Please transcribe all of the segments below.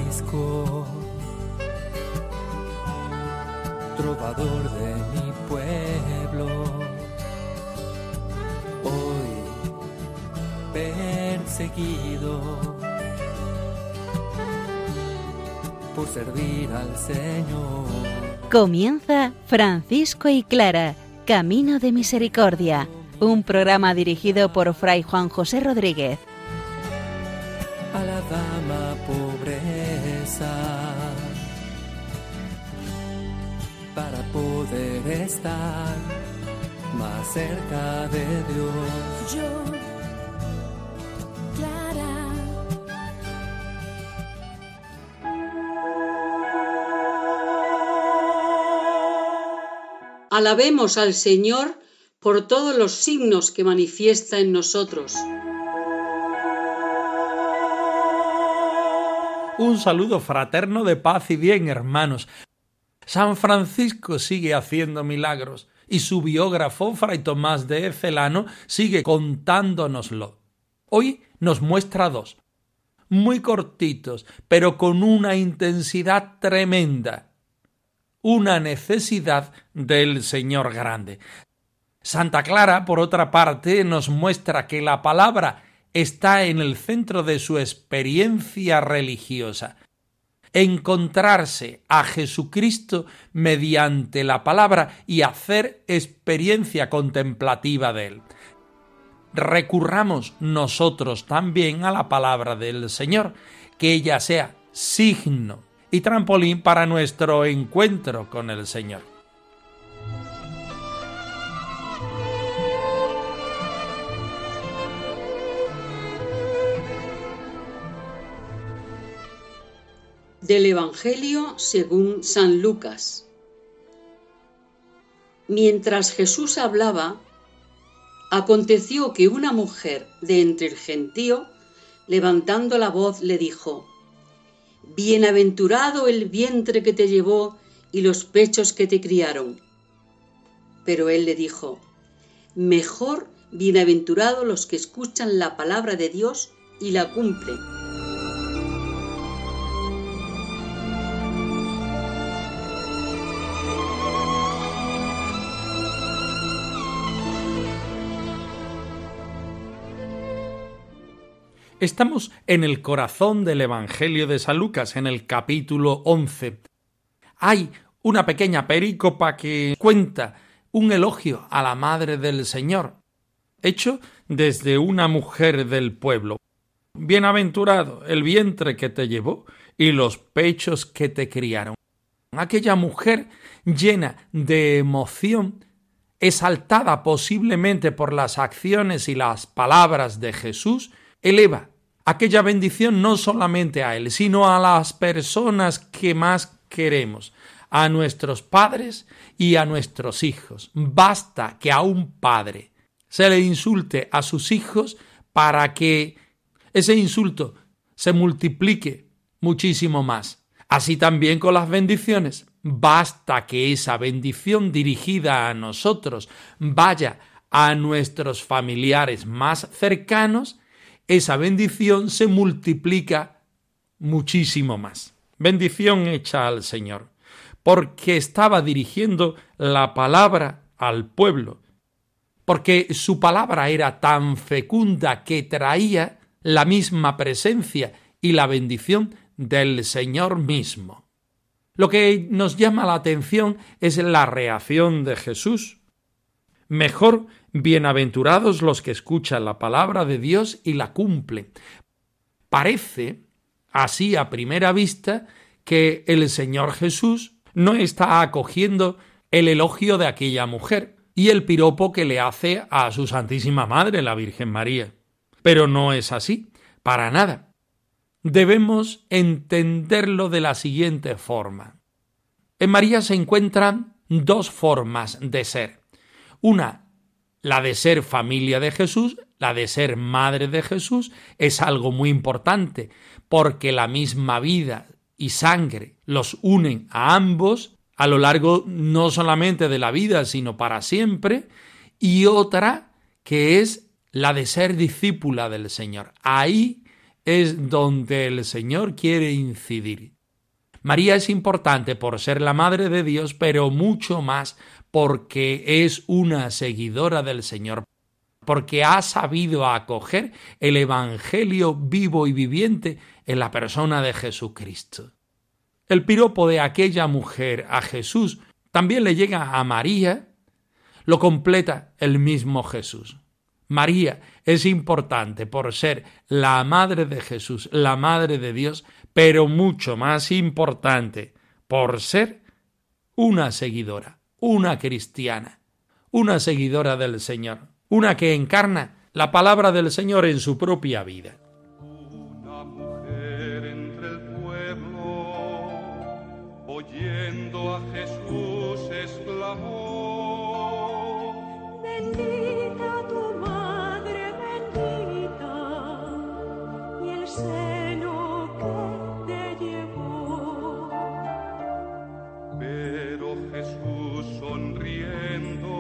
Francisco, trovador de mi pueblo, hoy perseguido por servir al Señor. Comienza Francisco y Clara, Camino de Misericordia, un programa dirigido por Fray Juan José Rodríguez. A la dama pobreza, para poder estar más cerca de Dios. Yo, Clara. Alabemos al Señor por todos los signos que manifiesta en nosotros. Un saludo fraterno de paz y bien, hermanos. San Francisco sigue haciendo milagros y su biógrafo, Fray Tomás de Celano, sigue contándonoslo. Hoy nos muestra dos, muy cortitos, pero con una intensidad tremenda. Una necesidad del Señor grande. Santa Clara, por otra parte, nos muestra que la palabra está en el centro de su experiencia religiosa. Encontrarse a Jesucristo mediante la palabra y hacer experiencia contemplativa de Él. Recurramos nosotros también a la palabra del Señor, que ella sea signo y trampolín para nuestro encuentro con el Señor. Del Evangelio según San Lucas. Mientras Jesús hablaba, aconteció que una mujer de entre el gentío, levantando la voz, le dijo: Bienaventurado el vientre que te llevó y los pechos que te criaron. Pero él le dijo: Mejor bienaventurados los que escuchan la palabra de Dios y la cumplen. Estamos en el corazón del Evangelio de San Lucas, en el capítulo 11. Hay una pequeña perícopa que cuenta un elogio a la Madre del Señor, hecho desde una mujer del pueblo. Bienaventurado el vientre que te llevó y los pechos que te criaron. Aquella mujer llena de emoción, exaltada posiblemente por las acciones y las palabras de Jesús, eleva aquella bendición no solamente a Él, sino a las personas que más queremos, a nuestros padres y a nuestros hijos. Basta que a un padre se le insulte a sus hijos para que ese insulto se multiplique muchísimo más. Así también con las bendiciones. Basta que esa bendición dirigida a nosotros vaya a nuestros familiares más cercanos, esa bendición se multiplica muchísimo más. Bendición hecha al Señor, porque estaba dirigiendo la palabra al pueblo, porque su palabra era tan fecunda que traía la misma presencia y la bendición del Señor mismo. Lo que nos llama la atención es la reacción de Jesús. Mejor bienaventurados los que escuchan la palabra de Dios y la cumplen. Parece, así a primera vista, que el Señor Jesús no está acogiendo el elogio de aquella mujer y el piropo que le hace a su Santísima Madre, la Virgen María. Pero no es así, para nada. Debemos entenderlo de la siguiente forma. En María se encuentran dos formas de ser. Una, la de ser familia de Jesús, la de ser madre de Jesús, es algo muy importante, porque la misma vida y sangre los unen a ambos a lo largo no solamente de la vida, sino para siempre. Y otra, que es la de ser discípula del Señor. Ahí es donde el Señor quiere incidir. María es importante por ser la Madre de Dios, pero mucho más porque es una seguidora del Señor, porque ha sabido acoger el Evangelio vivo y viviente en la persona de Jesucristo. El piropo de aquella mujer a Jesús también le llega a María, lo completa el mismo Jesús. María es importante por ser la Madre de Jesús, la Madre de Dios, pero mucho más importante por ser una seguidora, una cristiana, una seguidora del Señor, una que encarna la palabra del Señor en su propia vida. Una mujer entre el pueblo, oyendo a Jesús, exclamó: bendita tu madre, bendita, y el seno que te llevó. Pero Jesús, sonriendo,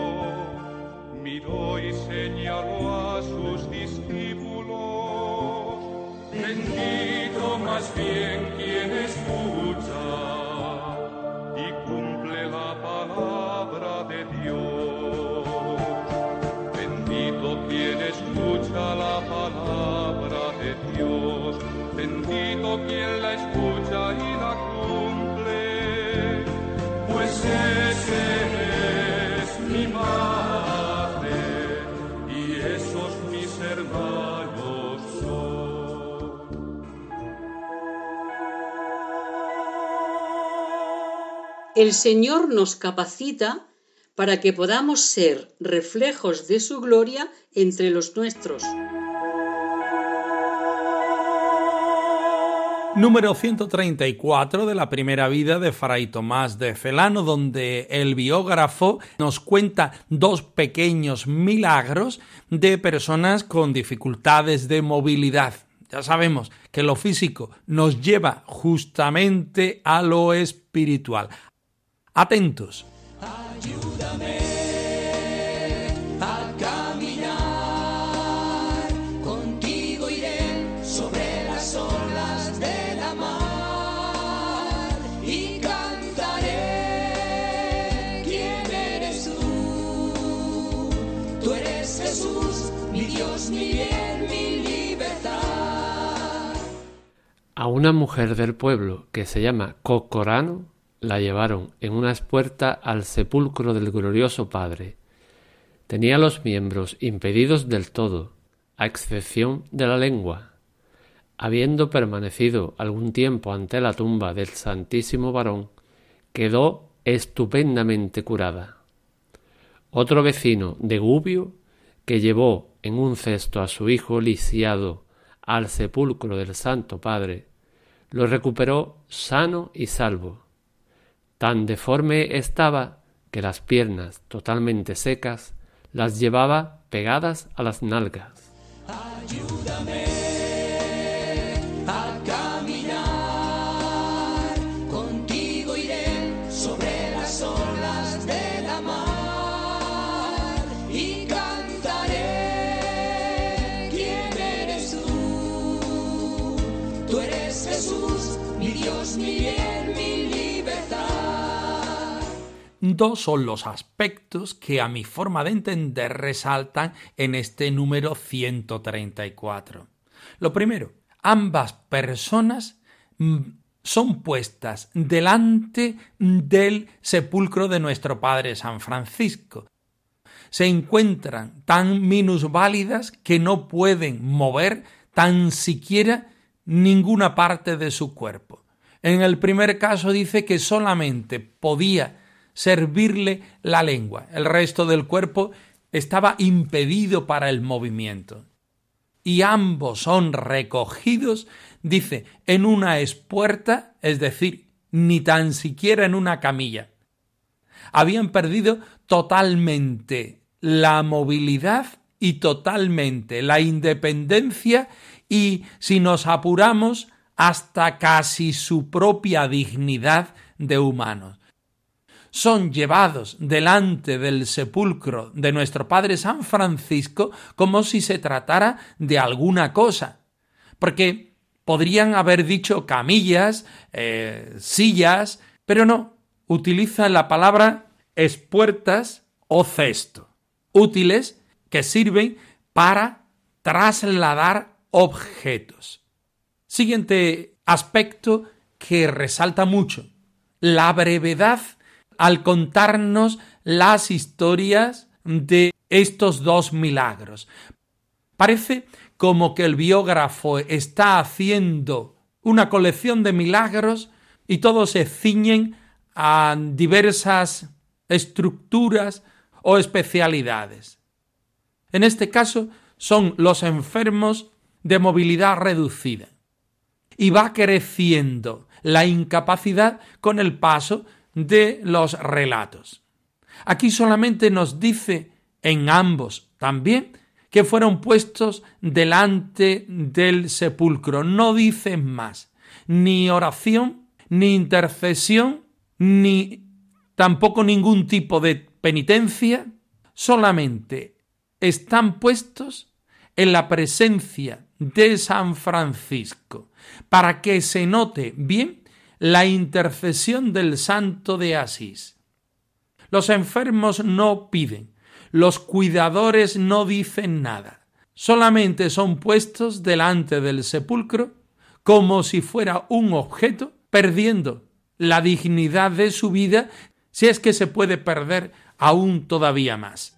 miró y señaló a sus discípulos: bendito más bien quien escucha y cumple la palabra de Dios. Bendito quien escucha la palabra de Dios, bendito quien la escucha y la cumple, pues ese es mi madre y esos mis hermanos son. El Señor nos capacita para que podamos ser reflejos de su gloria entre los nuestros. Número 134 de la primera vida de Fray Tomás de Celano, donde el biógrafo nos cuenta dos pequeños milagros de personas con dificultades de movilidad. Ya sabemos que lo físico nos lleva justamente a lo espiritual. Atentos. Ayúdame a caminar, contigo iré sobre las olas de la mar y cantaré quién eres tú. Tú eres Jesús, mi Dios, mi bien, mi libertad. A una mujer del pueblo que se llama Cocorano la llevaron en una espuerta al sepulcro del glorioso Padre. Tenía los miembros impedidos del todo, a excepción de la lengua. Habiendo permanecido algún tiempo ante la tumba del Santísimo Varón, quedó estupendamente curada. Otro vecino de Gubbio, que llevó en un cesto a su hijo lisiado al sepulcro del Santo Padre, lo recuperó sano y salvo. Tan deforme estaba que las piernas totalmente secas las llevaba pegadas a las nalgas. Ayúdame a caminar, contigo iré sobre las olas de la mar y cantaré quién eres tú. Tú eres Jesús, mi Dios, mi bien, mi libertad. Dos son los aspectos que a mi forma de entender resaltan en este número 134. Lo primero, ambas personas son puestas delante del sepulcro de nuestro Padre San Francisco. Se encuentran tan minusválidas que no pueden mover tan siquiera ninguna parte de su cuerpo. En el primer caso dice que solamente podía servirle la lengua. El resto del cuerpo estaba impedido para el movimiento. Y ambos son recogidos, dice, en una espuerta, es decir, ni tan siquiera en una camilla. Habían perdido totalmente la movilidad y totalmente la independencia y, si nos apuramos, hasta casi su propia dignidad de humanos. Son llevados delante del sepulcro de nuestro Padre San Francisco como si se tratara de alguna cosa. porque podrían haber dicho camillas, sillas, pero no, utilizan la palabra espuertas o cesto, útiles que sirven para trasladar objetos. Siguiente aspecto que resalta mucho, la brevedad al contarnos las historias de estos dos milagros. Parece como que el biógrafo está haciendo una colección de milagros y todos se ciñen a diversas estructuras o especialidades. En este caso son los enfermos de movilidad reducida. Y va creciendo la incapacidad con el paso de los relatos. Aquí solamente nos dice en ambos también que fueron puestos delante del sepulcro. No dicen más, ni oración, ni intercesión, ni tampoco ningún tipo de penitencia, solamente están puestos en la presencia de San Francisco, para que se note bien la intercesión del Santo de Asís. Los enfermos no piden, los cuidadores no dicen nada, solamente son puestos delante del sepulcro como si fuera un objeto, perdiendo la dignidad de su vida, si es que se puede perder aún todavía más.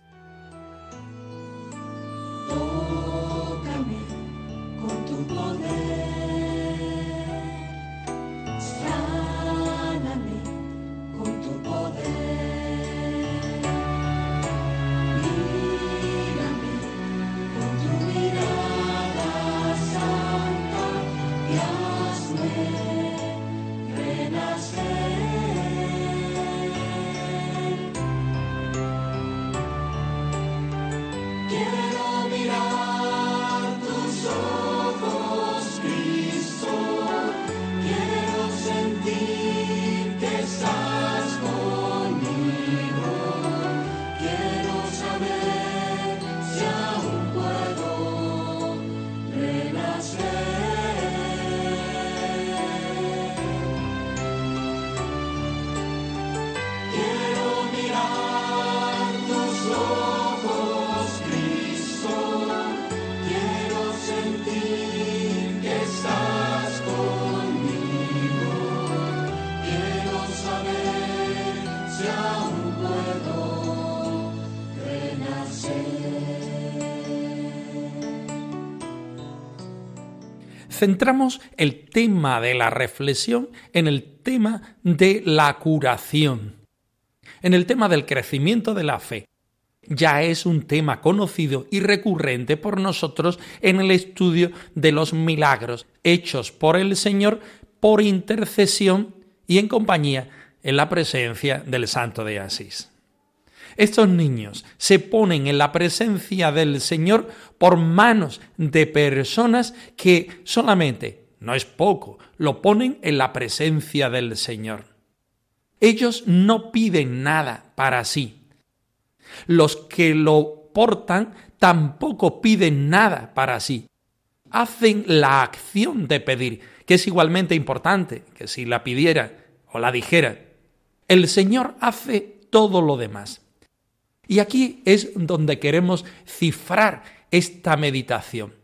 Centramos el tema de la reflexión en el tema de la curación, en el tema del crecimiento de la fe. Ya es un tema conocido y recurrente por nosotros en el estudio de los milagros hechos por el Señor por intercesión y en compañía en la presencia del Santo de Asís. Estos niños se ponen en la presencia del Señor por manos de personas que solamente, no es poco, lo ponen en la presencia del Señor. Ellos no piden nada para sí. Los que lo portan tampoco piden nada para sí. Hacen la acción de pedir, que es igualmente importante que si la pidiera o la dijera. El Señor hace todo lo demás. Y aquí es donde queremos cifrar esta meditación.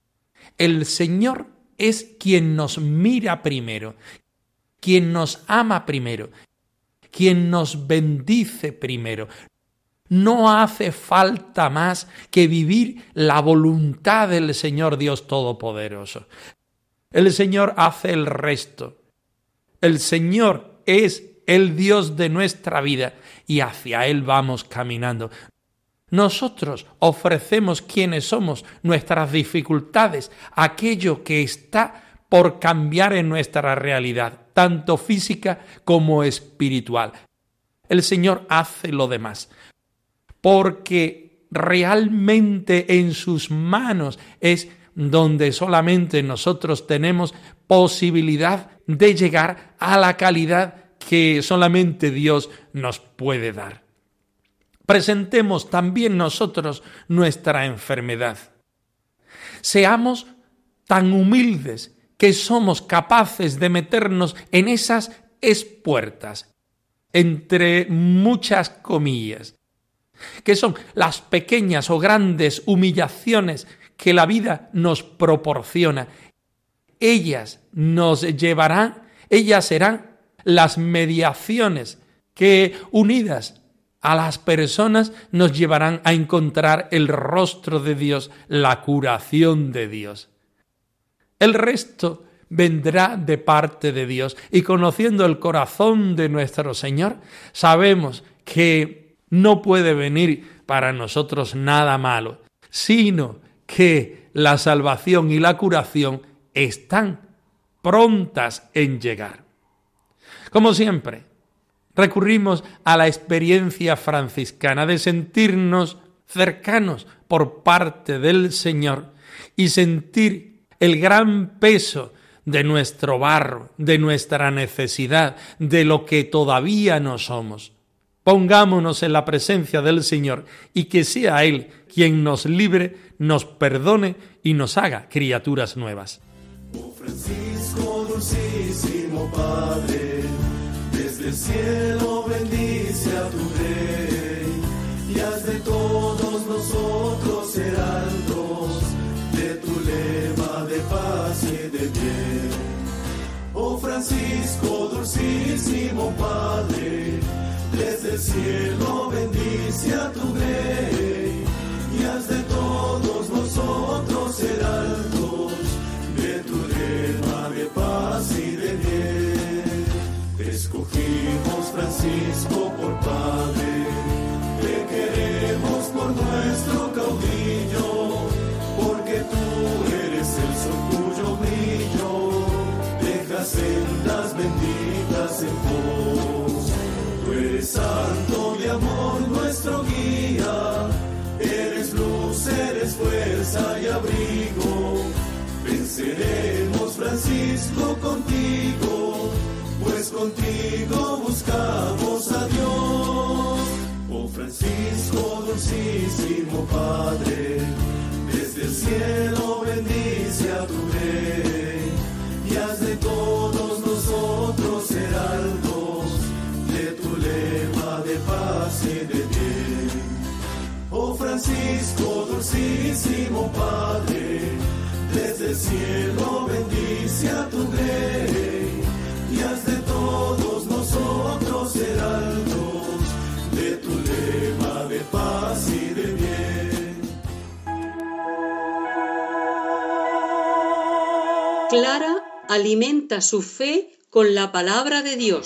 El Señor es quien nos mira primero, quien nos ama primero, quien nos bendice primero. No hace falta más que vivir la voluntad del Señor Dios Todopoderoso. El Señor hace el resto. El Señor es el Dios de nuestra vida y hacia Él vamos caminando. Nosotros ofrecemos quienes somos, nuestras dificultades, aquello que está por cambiar en nuestra realidad, tanto física como espiritual. El Señor hace lo demás, porque realmente en sus manos es donde solamente nosotros tenemos posibilidad de llegar a la calidad que solamente Dios nos puede dar. Presentemos también nosotros nuestra enfermedad. Seamos tan humildes que somos capaces de meternos en esas espuertas, entre muchas comillas, que son las pequeñas o grandes humillaciones que la vida nos proporciona. Ellas nos llevarán, ellas serán las mediaciones que, unidas a las personas, nos llevarán a encontrar el rostro de Dios, la curación de Dios. El resto vendrá de parte de Dios, y conociendo el corazón de nuestro Señor, sabemos que no puede venir para nosotros nada malo, sino que la salvación y la curación están prontas en llegar. Como siempre, recurrimos a la experiencia franciscana de sentirnos cercanos por parte del Señor y sentir el gran peso de nuestro barro, de nuestra necesidad, de lo que todavía no somos. Pongámonos en la presencia del Señor y que sea Él quien nos libre, nos perdone y nos haga criaturas nuevas. Oh Francisco, dulcísimo Padre, desde el cielo bendice a tu Rey y haz de todos nosotros heraldos de tu lema de paz y de bien. Oh Francisco, dulcísimo Padre, desde el cielo bendice a tu Rey y haz de todos nosotros heraldos de tu lema de paz y de bien. Te escogimos, Francisco, por Padre, te queremos por nuestro caudillo, porque tú eres el sol cuyo brillo deja sendas benditas en pos. Tú eres santo de amor, nuestro guía, eres luz, eres fuerza y abrigo. Venceremos, Francisco, contigo, pues contigo buscamos a Dios. Oh Francisco, dulcísimo Padre, desde el cielo bendice a tu Rey y haz de todos nosotros heraldos de tu lema de paz y de bien. Oh Francisco, dulcísimo Padre, desde el cielo bendice a tu Rey y haz de todos nosotros heraldos de tu lema de paz y de bien. Clara alimenta su fe con la palabra de Dios.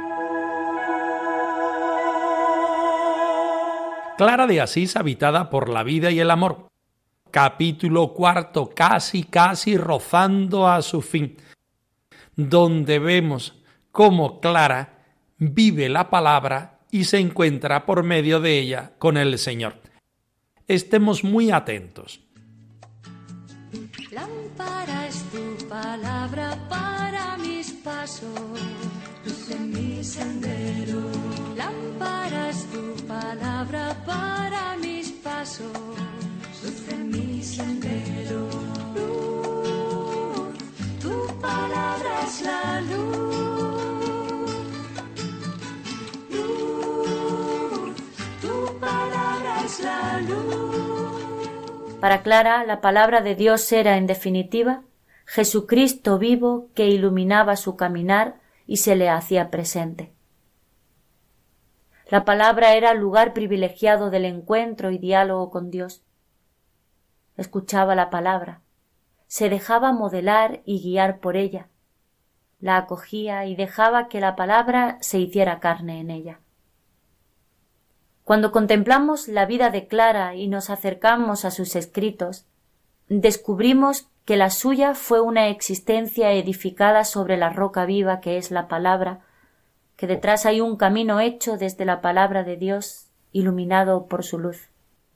Clara de Asís, habitada por la vida y el amor. Capítulo 4, casi rozando a su fin, donde vemos cómo Clara vive la palabra y se encuentra por medio de ella con el Señor. Estemos muy atentos. Lámpara es tu palabra para mis pasos, luz en mi sendero. Lámpara es tu palabra para mis pasos, luz en mi sendero. Luz, tu palabra es la luz. Luz, tu palabra es la luz. Para Clara, la palabra de Dios era, en definitiva, Jesucristo vivo que iluminaba su caminar y se le hacía presente. La palabra era el lugar privilegiado del encuentro y diálogo con Dios. Escuchaba la palabra, se dejaba modelar y guiar por ella, la acogía y dejaba que la palabra se hiciera carne en ella. Cuando contemplamos la vida de Clara y nos acercamos a sus escritos, descubrimos que la suya fue una existencia edificada sobre la roca viva que es la palabra, que detrás hay un camino hecho desde la palabra de Dios, iluminado por su luz.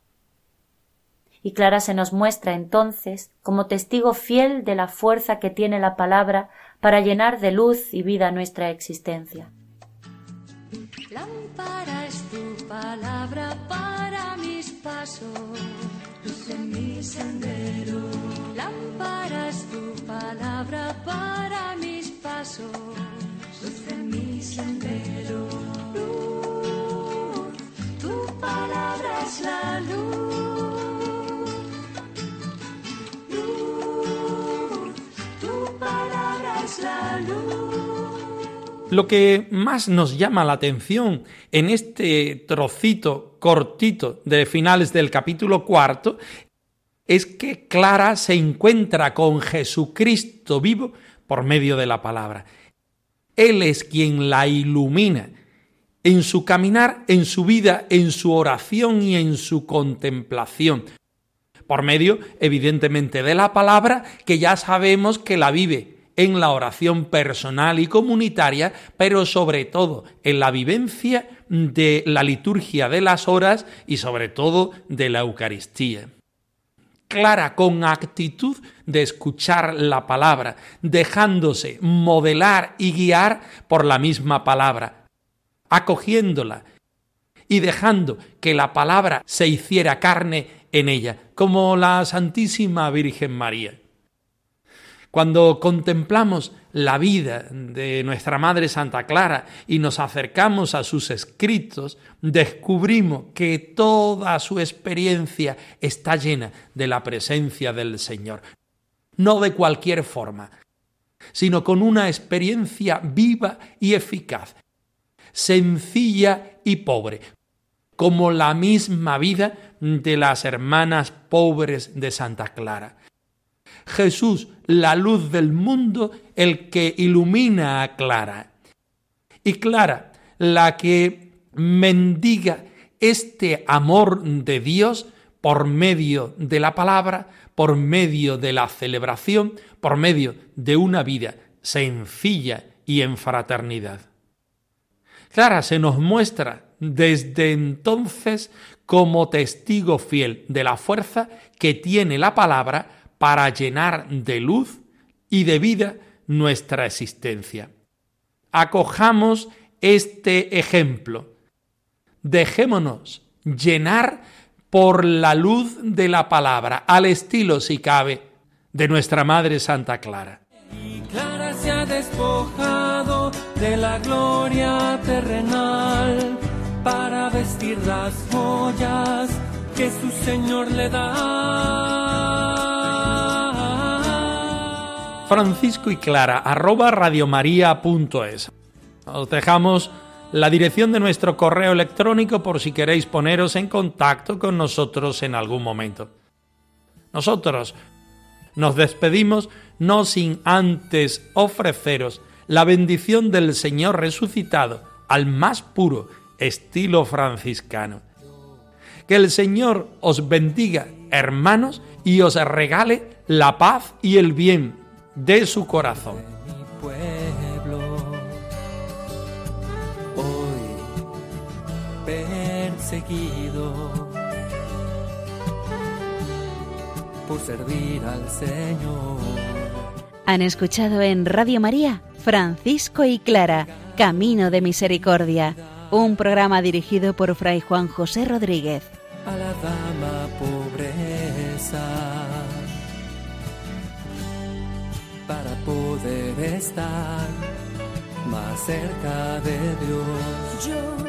Y Clara se nos muestra entonces como testigo fiel de la fuerza que tiene la palabra para llenar de luz y vida nuestra existencia. Lámpara es tu palabra para mis pasos, luz en mi sendero. Lámpara es tu palabra para mis pasos, luz en mi sendero. Luz, tu palabra es la luz. Luz, tu palabra es la luz. Lo que más nos llama la atención en este trocito cortito de finales del capítulo 4 es que Clara se encuentra con Jesucristo vivo por medio de la palabra. Él es quien la ilumina en su caminar, en su vida, en su oración y en su contemplación. Por medio, evidentemente, de la palabra, que ya sabemos que la vive en la oración personal y comunitaria, pero sobre todo en la vivencia de la liturgia de las horas y sobre todo de la Eucaristía. Clara con actitud de escuchar la palabra, dejándose modelar y guiar por la misma palabra, acogiéndola y dejando que la palabra se hiciera carne en ella, como la Santísima Virgen María. Cuando contemplamos la vida de nuestra Madre Santa Clara y nos acercamos a sus escritos, descubrimos que toda su experiencia está llena de la presencia del Señor. No de cualquier forma, sino con una experiencia viva y eficaz, sencilla y pobre, como la misma vida de las hermanas pobres de Santa Clara. Jesús, la luz del mundo, el que ilumina a Clara. Y Clara, la que mendiga este amor de Dios por medio de la palabra, por medio de la celebración, por medio de una vida sencilla y en fraternidad. Clara se nos muestra desde entonces como testigo fiel de la fuerza que tiene la palabra para llenar de luz y de vida nuestra existencia. Acojamos este ejemplo. Dejémonos llenar por la luz de la palabra, al estilo, si cabe, de nuestra Madre Santa Clara. Y Clara se ha despojado de la gloria terrenal para vestir las joyas que su Señor le da. Francisco y Clara, @radiomaria.es. Os dejamos la dirección de nuestro correo electrónico por si queréis poneros en contacto con nosotros en algún momento. Nosotros nos despedimos no sin antes ofreceros la bendición del Señor resucitado al más puro estilo franciscano. Que el Señor os bendiga, hermanos, y os regale la paz y el bien de su corazón. Mi pueblo, hoy perseguido por servir al Señor. Han escuchado en Radio María Francisco y Clara, Camino de Misericordia, un programa dirigido por Fray Juan José Rodríguez. A la dama pobreza, para poder estar más cerca de Dios.